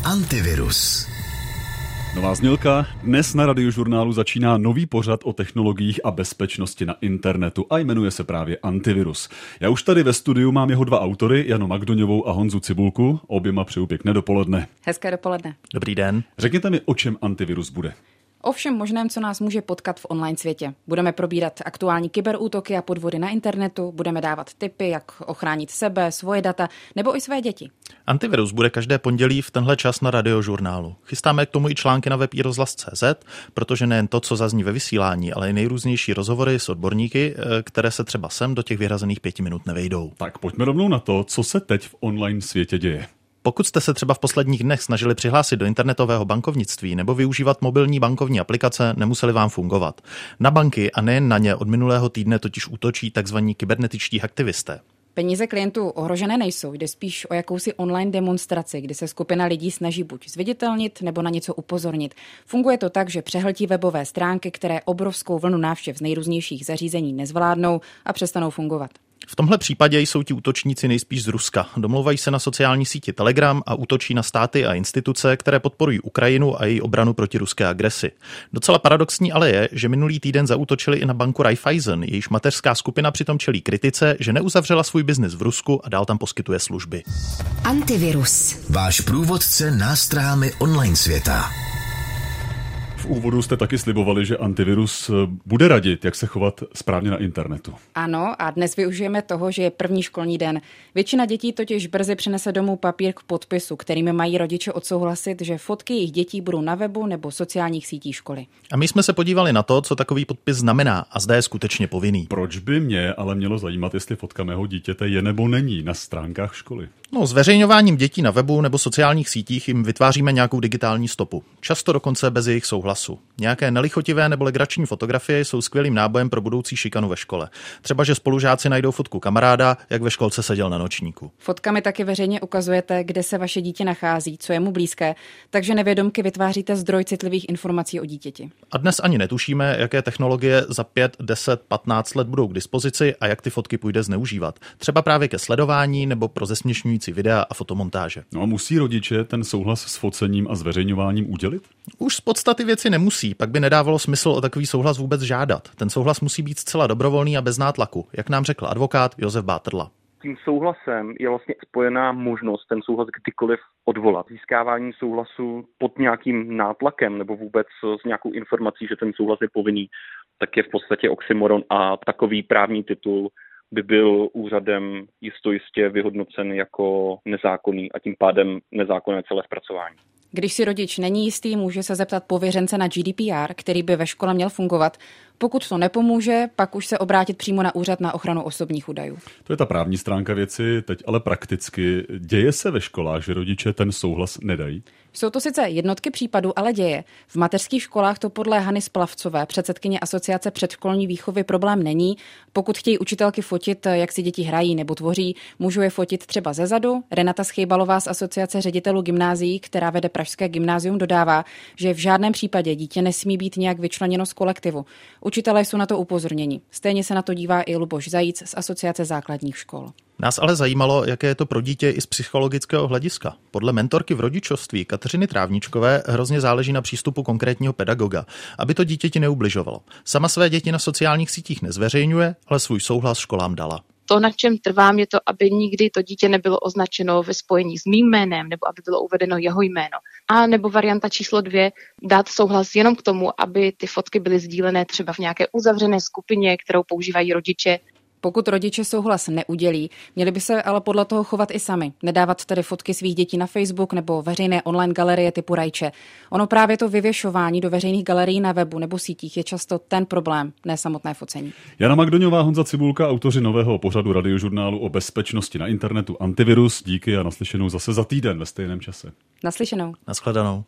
Antivirus. Nová znělka. Dnes na Radiožurnálu začíná nový pořad o technologiích a bezpečnosti na internetu a jmenuje se právě Antivirus. Já už tady ve studiu mám jeho dva autory, Janu Magdoňovou a Honzu Cibulku. Oběma přeju pěkné dopoledne. Hezké dopoledne. Dobrý den. Řekněte mi, o čem Antivirus bude. O všem možném, co nás může potkat v online světě. Budeme probírat aktuální kyberútoky a podvody na internetu, budeme dávat tipy, jak ochránit sebe, svoje data nebo i své děti. Antivirus bude každé pondělí v tenhle čas na Radiožurnálu. Chystáme k tomu i články na web iRozhlas.cz, protože nejen to, co zazní ve vysílání, ale i nejrůznější rozhovory s odborníky, které se třeba sem do těch vyhrazených 5 minut nevejdou. Tak pojďme rovnou na to, co se teď v online světě děje. Pokud jste se třeba v posledních dnech snažili přihlásit do internetového bankovnictví nebo využívat mobilní bankovní aplikace, nemuseli vám fungovat. Na banky a nejen na ně od minulého týdne totiž útočí tzv. Kybernetičtí aktivisté. Peníze klientů ohrožené nejsou, jde spíš o jakousi online demonstraci, kdy se skupina lidí snaží buď zviditelnit nebo na něco upozornit. Funguje to tak, že přehltí webové stránky, které obrovskou vlnu návštěv z nejrůznějších zařízení nezvládnou a přestanou fungovat. V tomhle případě jsou ti útočníci nejspíš z Ruska. Domlouvají se na sociální síti Telegram a útočí na státy a instituce, které podporují Ukrajinu a její obranu proti ruské agresi. Docela paradoxní ale je, že minulý týden zaútočili i na banku Raiffeisen, jejíž mateřská skupina přitom čelí kritice, že neuzavřela svůj biznis v Rusku a dál tam poskytuje služby. Antivirus. Váš průvodce nástrahami online světa. V úvodu jste taky slibovali, že Antivirus bude radit, jak se chovat správně na internetu. Ano, a dnes využijeme toho, že je první školní den. Většina dětí totiž brzy přinese domů papír k podpisu, kterým mají rodiče odsouhlasit, že fotky jejich dětí budou na webu nebo sociálních sítích školy. A my jsme se podívali na to, co takový podpis znamená a zda je skutečně povinný. Proč by mě ale mělo zajímat, jestli fotka mého dítěte je nebo není na stránkách školy? No, zveřejňováním dětí na webu nebo sociálních sítích jim vytváříme nějakou digitální stopu. Často dokonce bez jejich souhlasu. Nějaké nelichotivé nebo legrační fotografie jsou skvělým nábojem pro budoucí šikanu ve škole. Třeba, že spolužáci najdou fotku kamaráda, jak ve školce seděl na nočníku. Fotkami taky veřejně ukazujete, kde se vaše dítě nachází, co je mu blízké, takže nevědomky vytváříte zdroj citlivých informací o dítěti. A dnes ani netušíme, jaké technologie za 5, 10, 15 let budou k dispozici a jak ty fotky půjde zneužívat. Třeba právě ke sledování nebo pro zesměšňující videa a fotomontáže. No a musí rodiče ten souhlas s focením a zveřejňováním udělit? Už z podstaty věci nemusí, pak by nedávalo smysl o takový souhlas vůbec žádat. Ten souhlas musí být zcela dobrovolný a bez nátlaku, jak nám řekl advokát Josef Bátrla. Tím souhlasem je vlastně spojená možnost ten souhlas kdykoliv odvolat. Získávání souhlasu pod nějakým nátlakem nebo vůbec s nějakou informací, že ten souhlas je povinný, tak je v podstatě oxymoron a takový právní titul by byl úřadem jistě vyhodnocen jako nezákonný a tím pádem nezákonné celé zpracování. Když si rodič není jistý, může se zeptat pověřence na GDPR, který by ve škole měl fungovat. Pokud to nepomůže, pak už se obrátit přímo na úřad na ochranu osobních údajů. To je ta právní stránka věci, teď ale prakticky. Děje se ve školách, že rodiče ten souhlas nedají? Jsou to sice jednotky případů, ale děje. V mateřských školách to podle Hany Splavcové, předsedkyně Asociace předškolní výchovy, problém není. Pokud chtějí učitelky fotit, jak si děti hrají nebo tvoří, můžou je fotit třeba zezadu. Renata Schejbalová z Asociace ředitelů gymnázií, která vede Pražské gymnázium, dodává, že v žádném případě dítě nesmí být nějak vyčleněno z kolektivu. Učitelé jsou na to upozorněni. Stejně se na to dívá i Luboš Zajíc z Asociace základních škol. Nás ale zajímalo, jaké je to pro dítě i z psychologického hlediska. Podle mentorky v rodičovství Kateřiny Trávničkové hrozně záleží na přístupu konkrétního pedagoga, aby to dítěti neubližovalo. Sama své děti na sociálních sítích nezveřejňuje, ale svůj souhlas školám dala. To, na čem trvám, je to, aby nikdy to dítě nebylo označeno ve spojení s mým jménem, nebo aby bylo uvedeno jeho jméno. A nebo varianta číslo 2, dát souhlas jenom k tomu, aby ty fotky byly sdílené třeba v nějaké uzavřené skupině, kterou používají rodiče. Pokud rodiče souhlas neudělí, měli by se ale podle toho chovat i sami. Nedávat tedy fotky svých dětí na Facebook nebo veřejné online galerie typu Rajče. Ono právě to vyvěšování do veřejných galerií na webu nebo sítích je často ten problém, ne samotné focení. Jana Magdoňová, Honza Cibulka, autoři nového pořadu Radiožurnálu o bezpečnosti na internetu Antivirus. Díky a naslyšenou zase za týden ve stejném čase. Naslyšenou. Nashledanou.